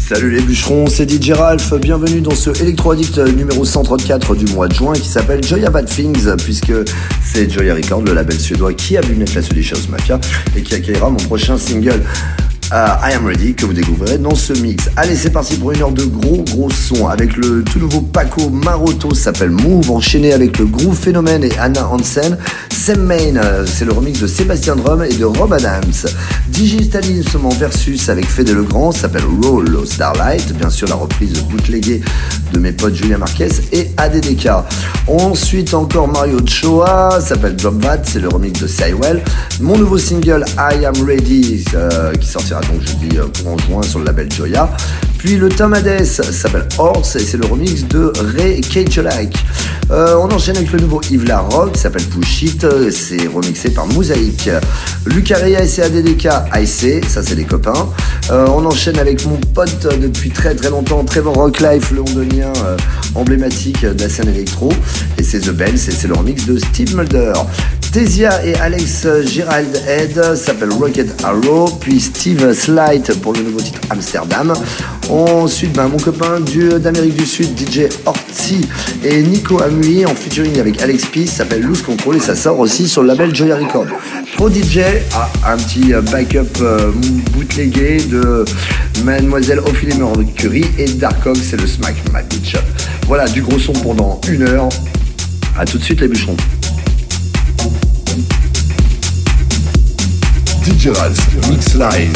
Salut les bûcherons, c'est DJ Ralph, bienvenue dans ce Electro Addict numéro 134 du mois de juin qui s'appelle Joya Bad Things, puisque c'est Joya Records, le label suédois qui a vu naître la Swedish House Mafia et qui accueillera mon prochain single I Am Ready, que vous découvrirez dans ce mix. Allez, c'est parti pour une heure de gros sons avec le tout nouveau Paco Maroto, s'appelle Move, enchaîné avec le Groove Phénomène et Anna Hansen. Sam Main, c'est le remix de Sébastien Drum et de Rob Adams. Digitalisme en versus avec Fede Legrand, s'appelle Roll Starlight, bien sûr la reprise bootleguée de mes potes Julien Marquez et ADDK. Ensuite encore Mario Choa, s'appelle Drop That, c'est le remix de Cywell. Mon nouveau single I Am Ready, qui sortira donc jeudi courant juin sur le label Joya. Puis le Tamades s'appelle Horse et c'est le remix de Ray Kacholak. On enchaîne avec le nouveau Yves La Rock, s'appelle Push It, c'est remixé par Mosaïque. Lucaria et ADDK IC, ça c'est des copains. On enchaîne avec mon pote depuis très longtemps, Trevor Rocklife, le londonien emblématique de la scène électro. Et c'est The Bells et c'est le remix de Steve Mulder. Tesia et Alex Gerald Head s'appelle Rocket Arrow, puis Steve Slight pour le nouveau titre Amsterdam. Ensuite, mon copain d'Amérique du Sud, DJ Orti et Nico Amui en featuring avec Alex Peace, s'appelle Loose Control et ça sort aussi sur le label Joya Records. Pro DJ, un petit backup bootlegué de Mademoiselle Ophélie Mercury et Dark Ox, c'est le Smack My Bitch. Voilà, du gros son pendant une heure. A tout de suite les bûcherons. DJ Ralph, Mix Live.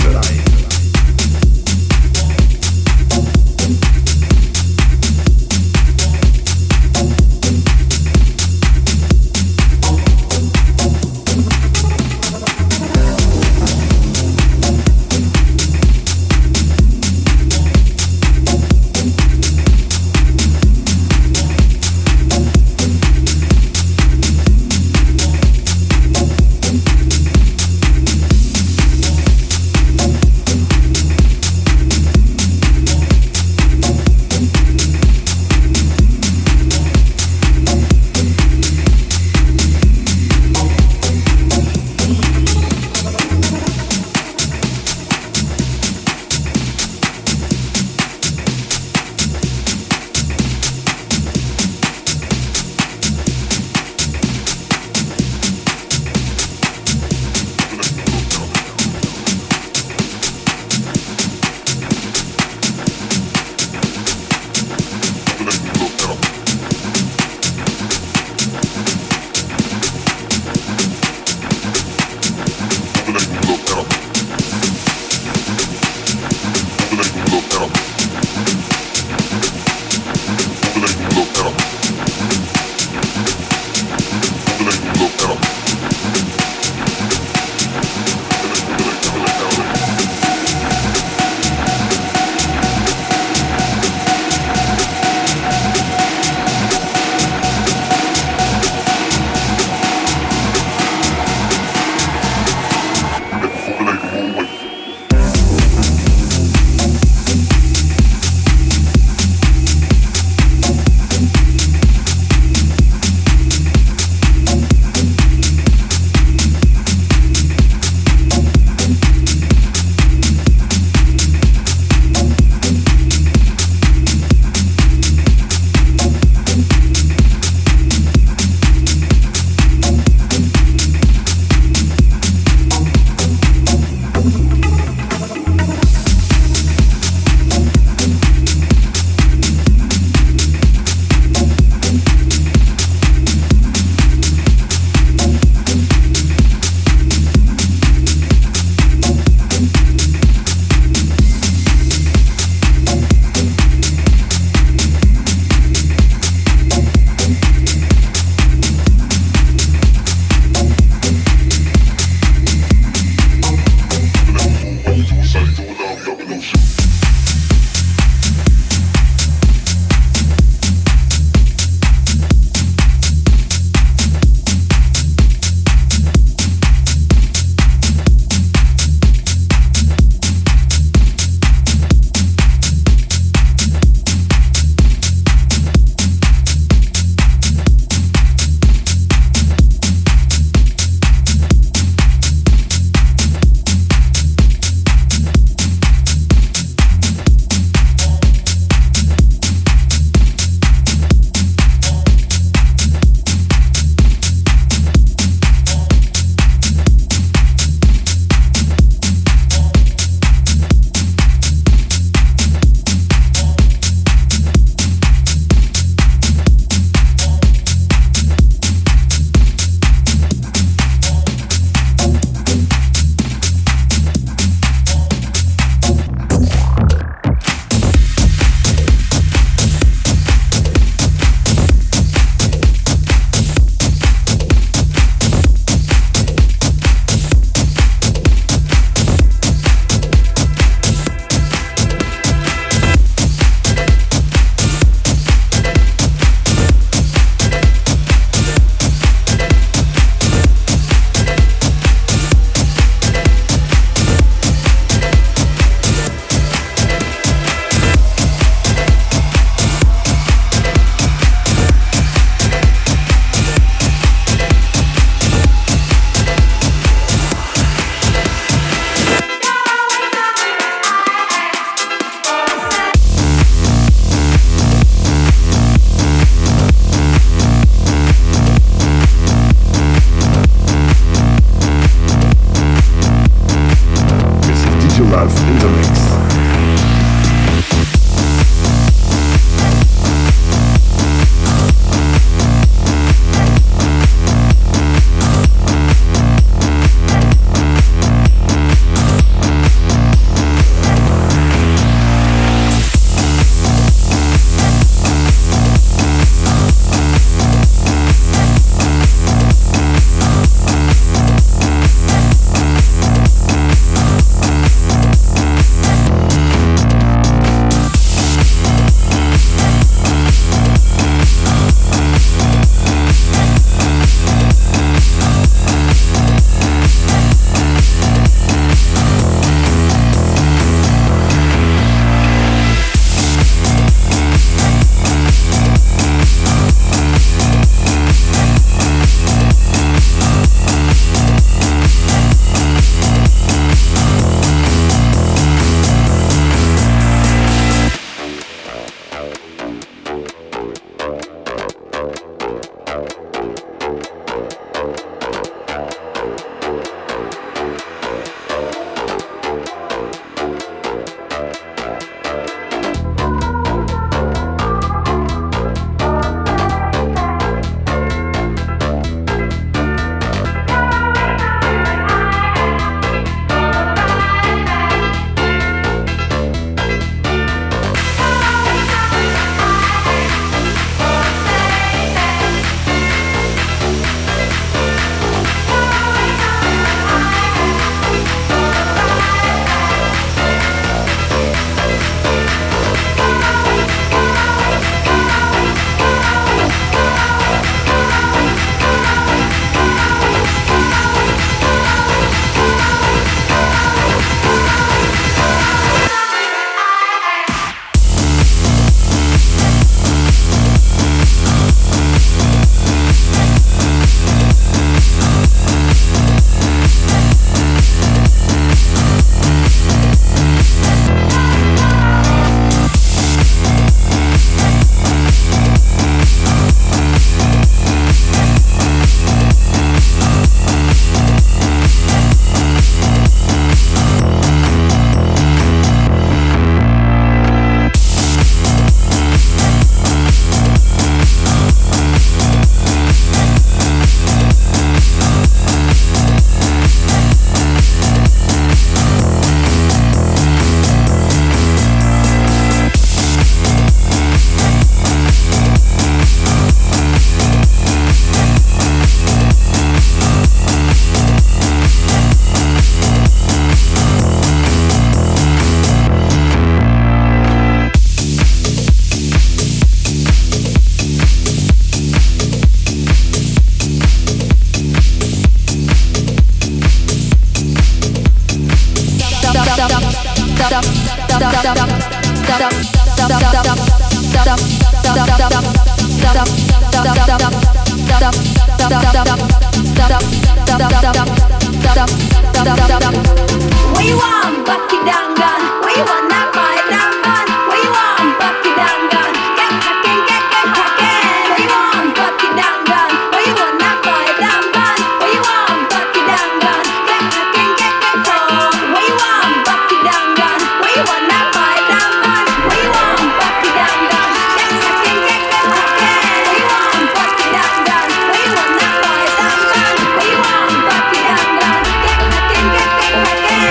We want Bucky Dangan, we want that fire Dangan, we want Bucky Dangan, get cracking, we want Bucky Dangan, we want that fire Dangan, we want Bucky Dangan, get cracking, we want Bucky Dangan, we want that fire Dangan, we want Bucky Dangan, get cracking, we want Bucky Dangan, we want that fire Dangan, we want Bucky Dangan, get cracking.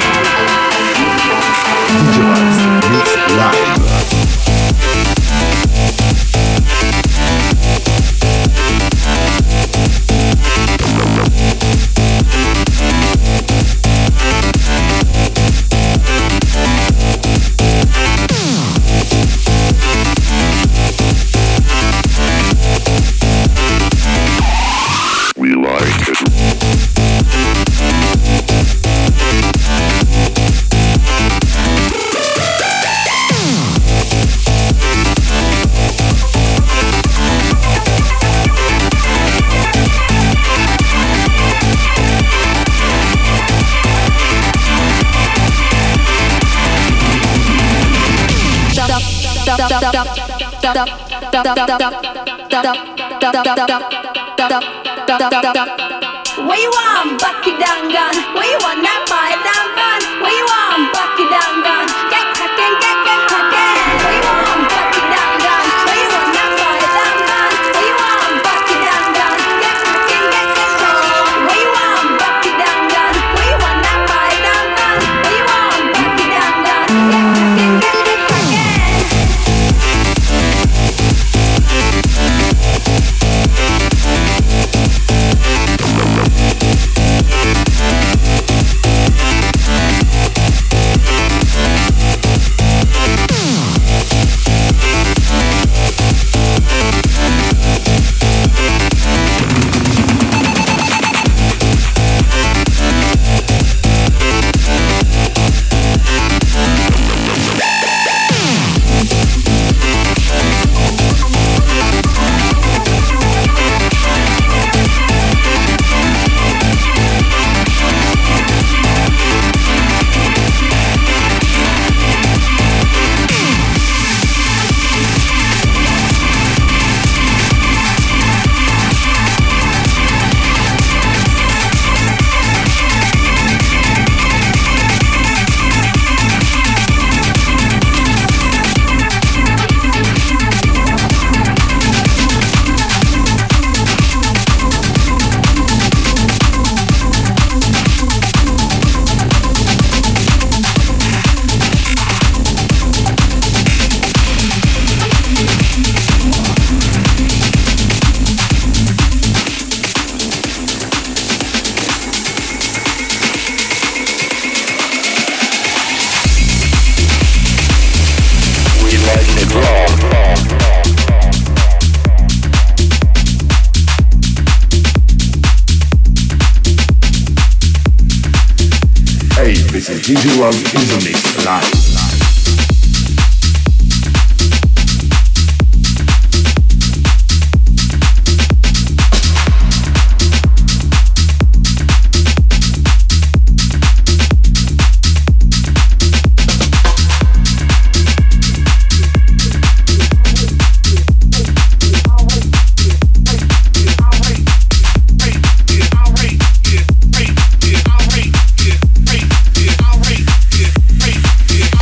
Mix live. We like it. We want Bucky Dangan, we want that fire Dangan, we want Bucky Dangan, get cracking, we want Bucky Dangan, we want that fire Dangan, we want Bucky Dangan, get cracking, we want Bucky Dangan, we want that fire Dangan, we want Bucky Dangan, get cracking. This is DJ Love in the Mix live. Yeah.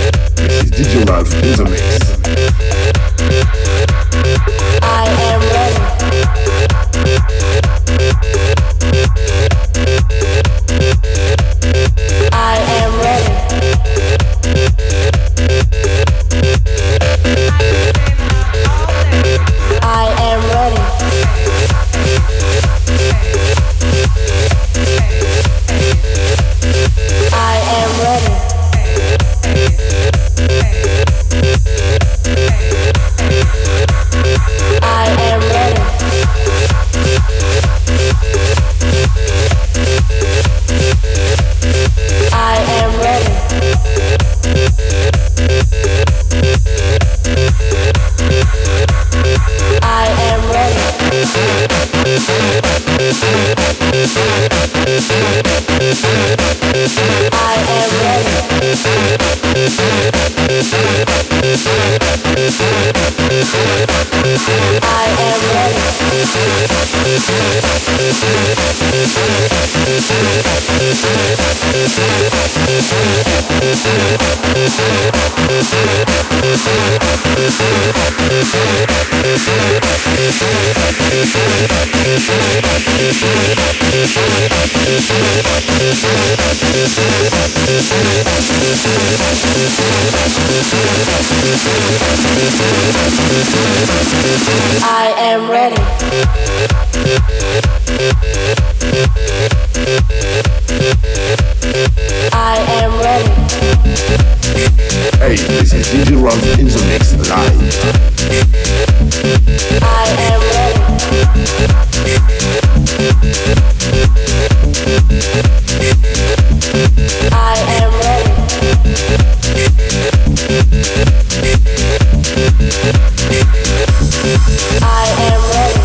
DJ Ralph in the mix. I am ready. I am ready. I am ready. I am ready. I am ready. I am ready. I am ready. I am ready. I am I am ready. I am ready. Hey, this is DJ Ralph in the mix live. I am ready. I am ready. I am ready.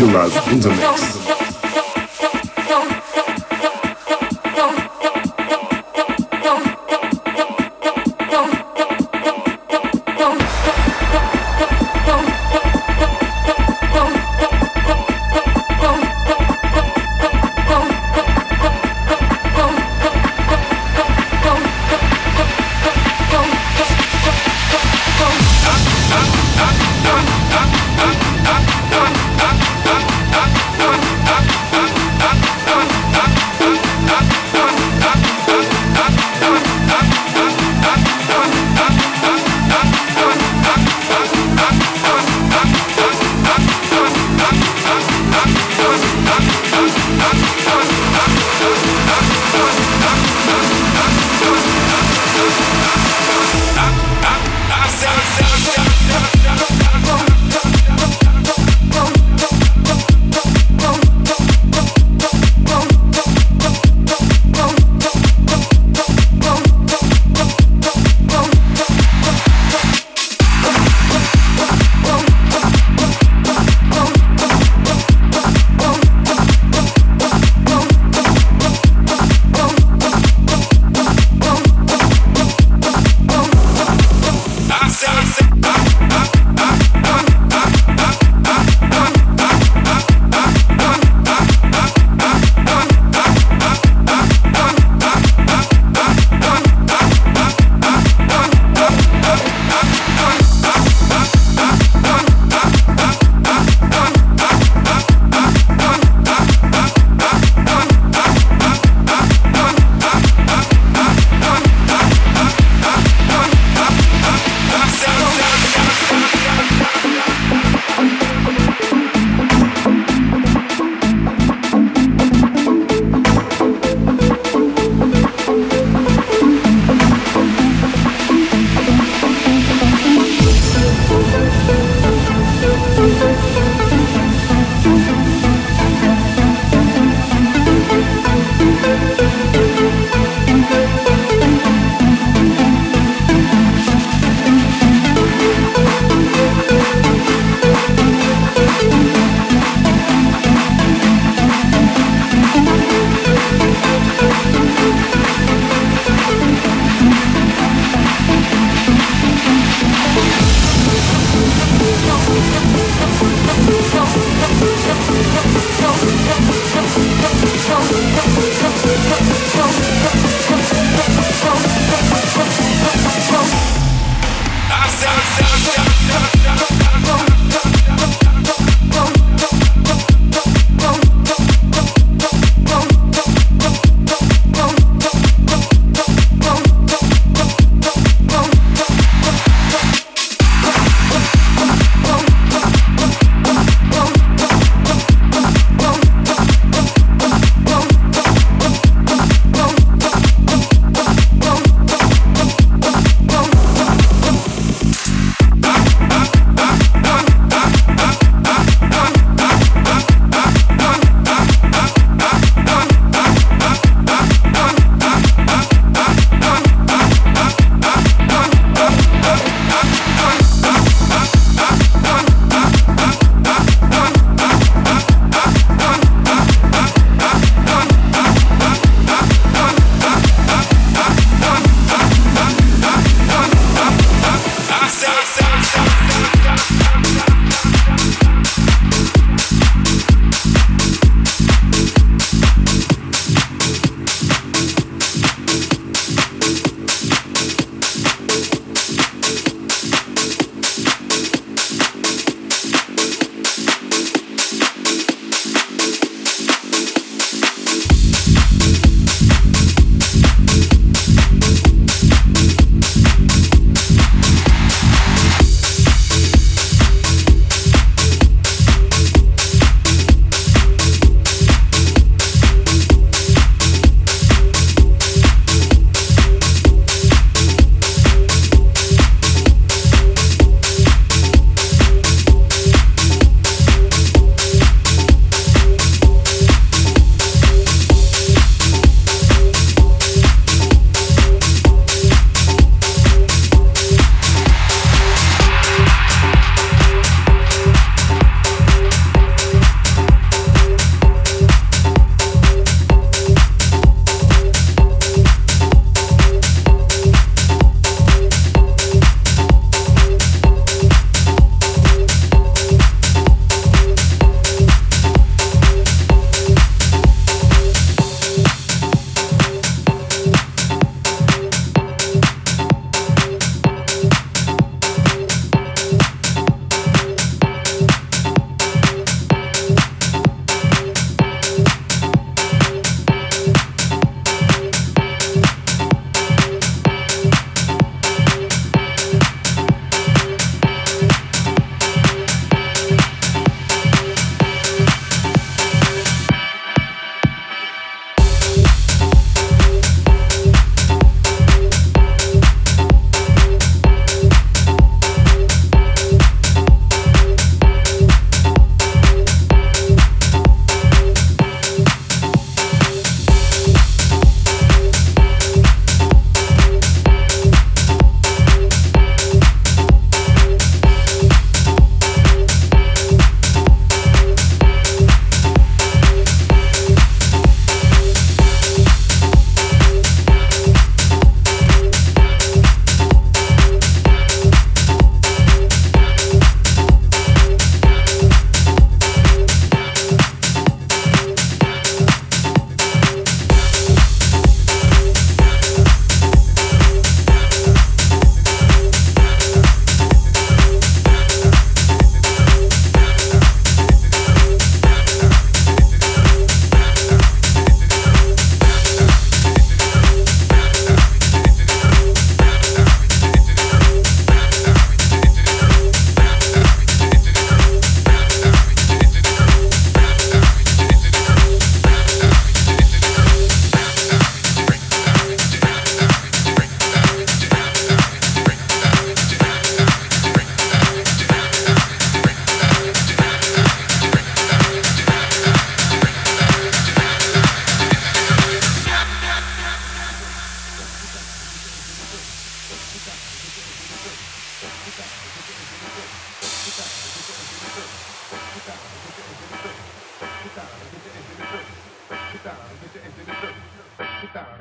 DJ Ralph in the mix.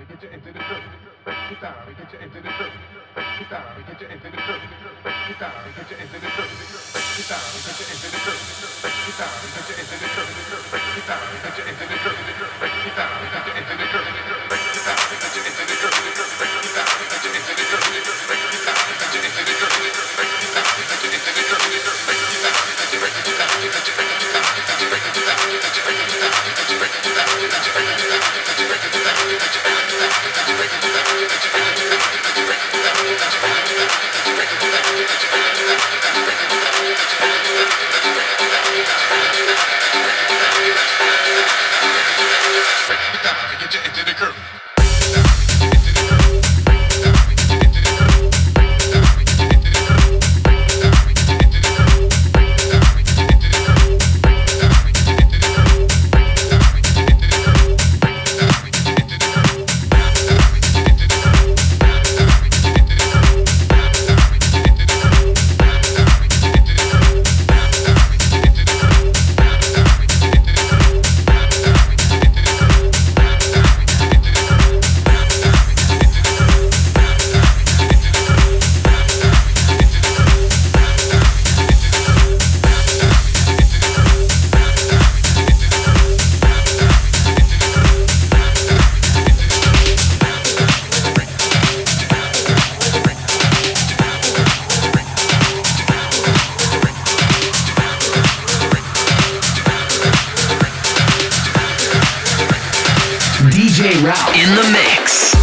DJ Rao in the mix.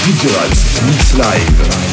DJ Ralph Mix Live.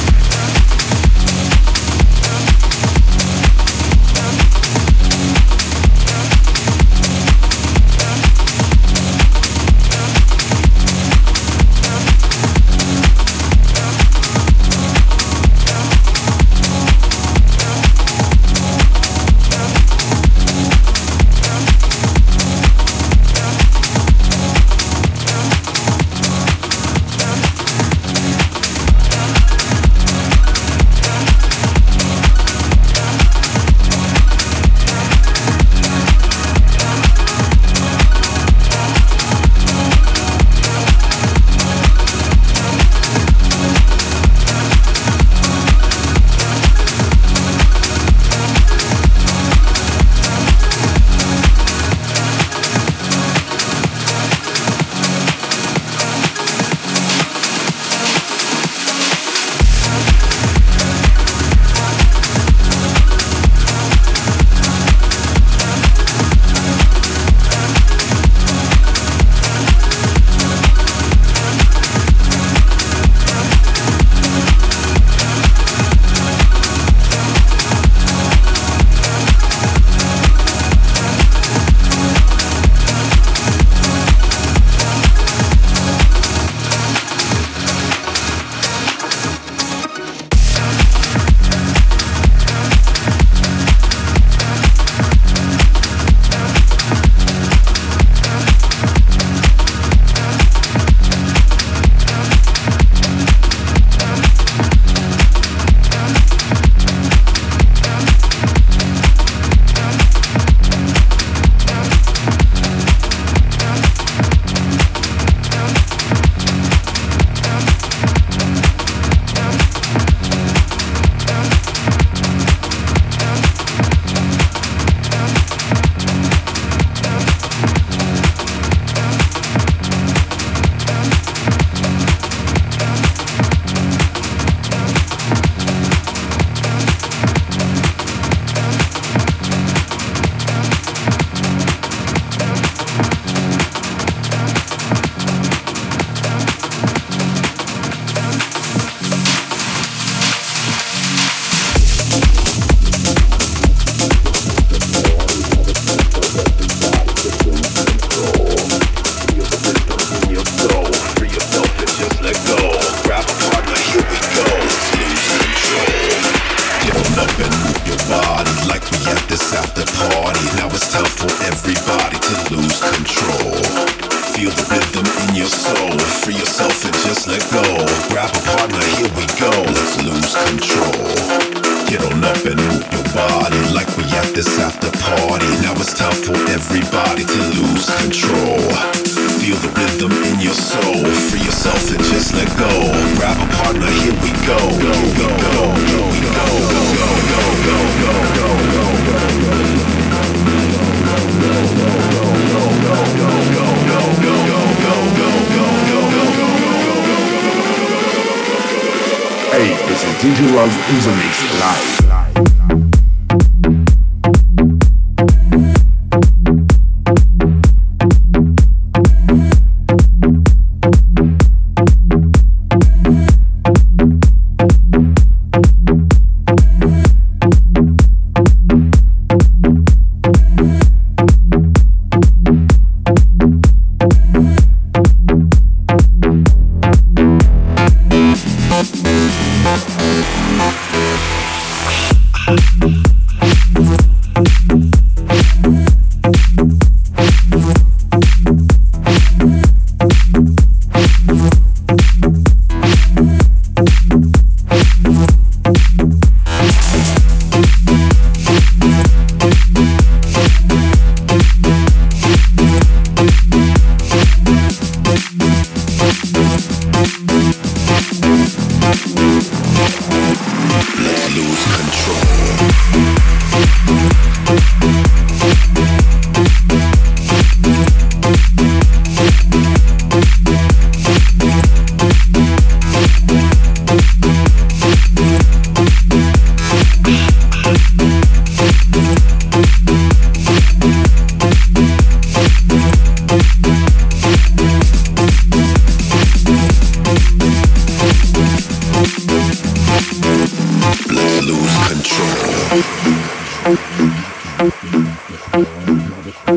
Hey, this is DJ Ralph in the Mix Live.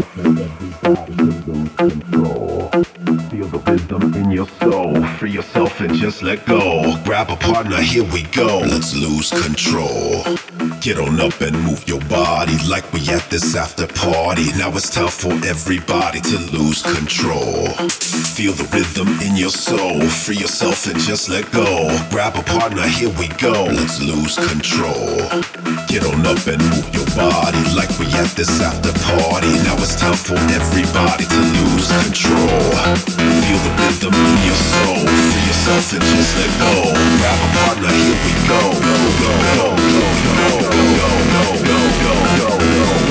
Feel the rhythm in your soul. Free yourself and just let go. Grab a partner, here we go. Let's lose control. Get on up and move your body like we at this after party. Now it's time for everybody to lose control. Feel the rhythm in your soul. Free yourself and just let go. Grab a partner, here we go. Let's lose control. Get on up and move your body like we at this after party. Now it's time for everybody to lose control. Feel the rhythm in your soul. Free yourself and just let go. Grab a partner, here we go. Go, go, go, go, go, go, go, go, go, go,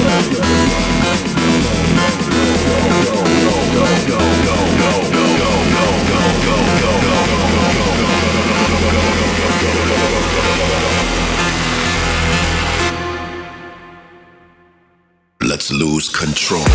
let's lose control.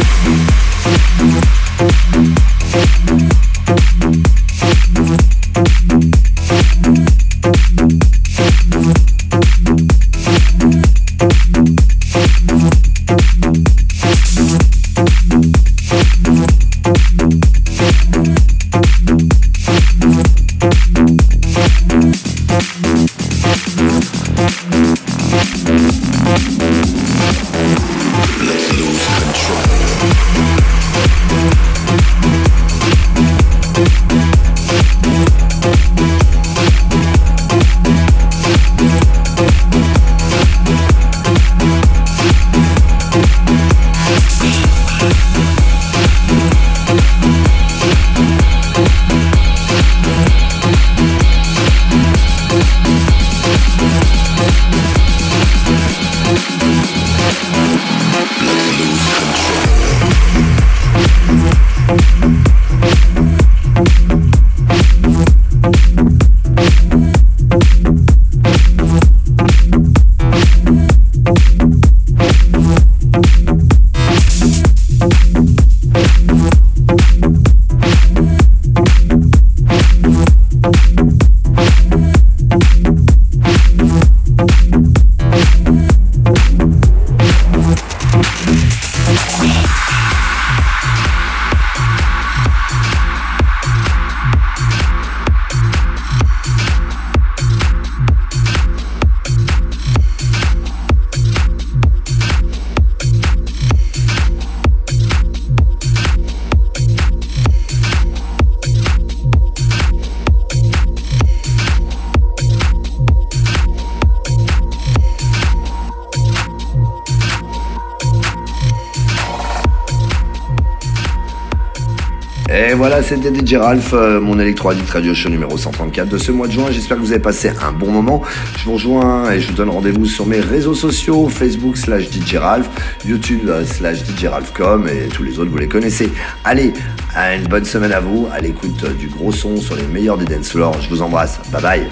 Et voilà, c'était DJ Ralph, mon Electro Addict Radio Show numéro 134 de ce mois de juin. J'espère que vous avez passé un bon moment. Je vous rejoins et je vous donne rendez-vous sur mes réseaux sociaux, Facebook /DJ Ralph, YouTube /DJ Ralph.com et tous les autres, vous les connaissez. Allez, une bonne semaine à vous, à l'écoute du gros son sur les meilleurs des dance floors. Je vous embrasse, bye bye.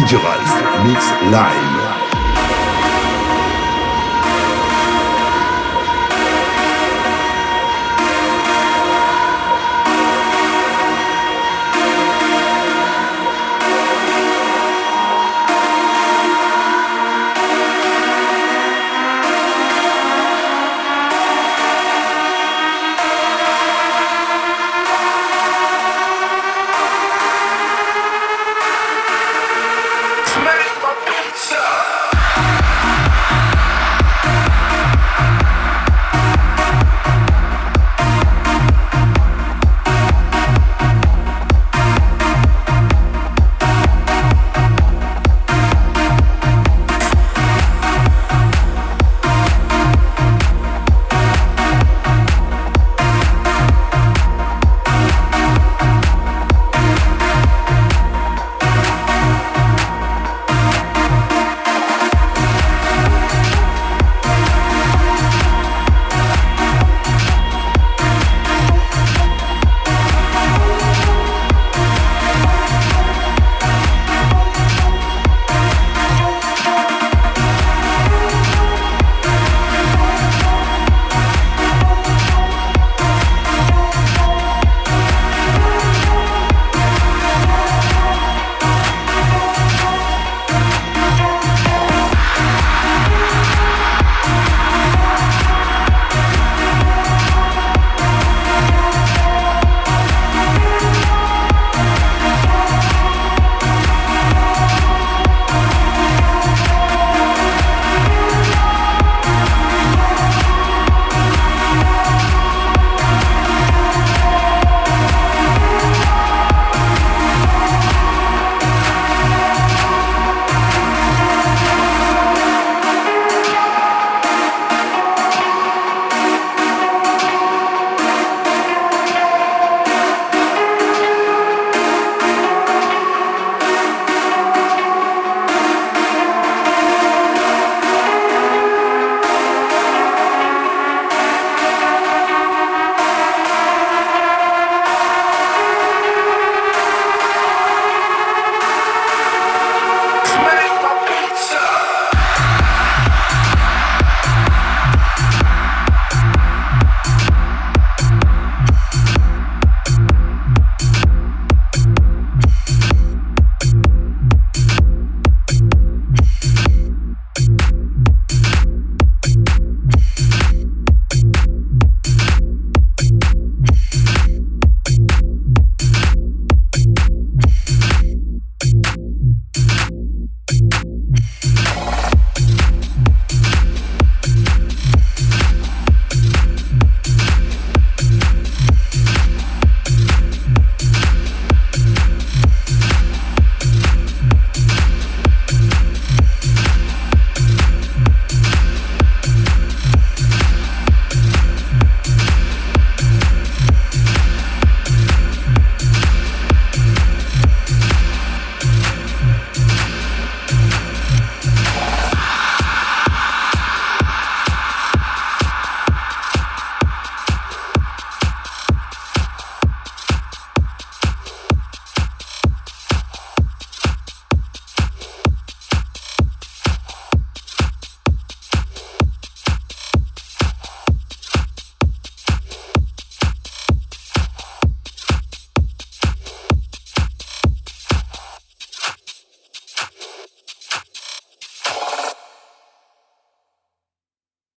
DJ Ralph Mix Live.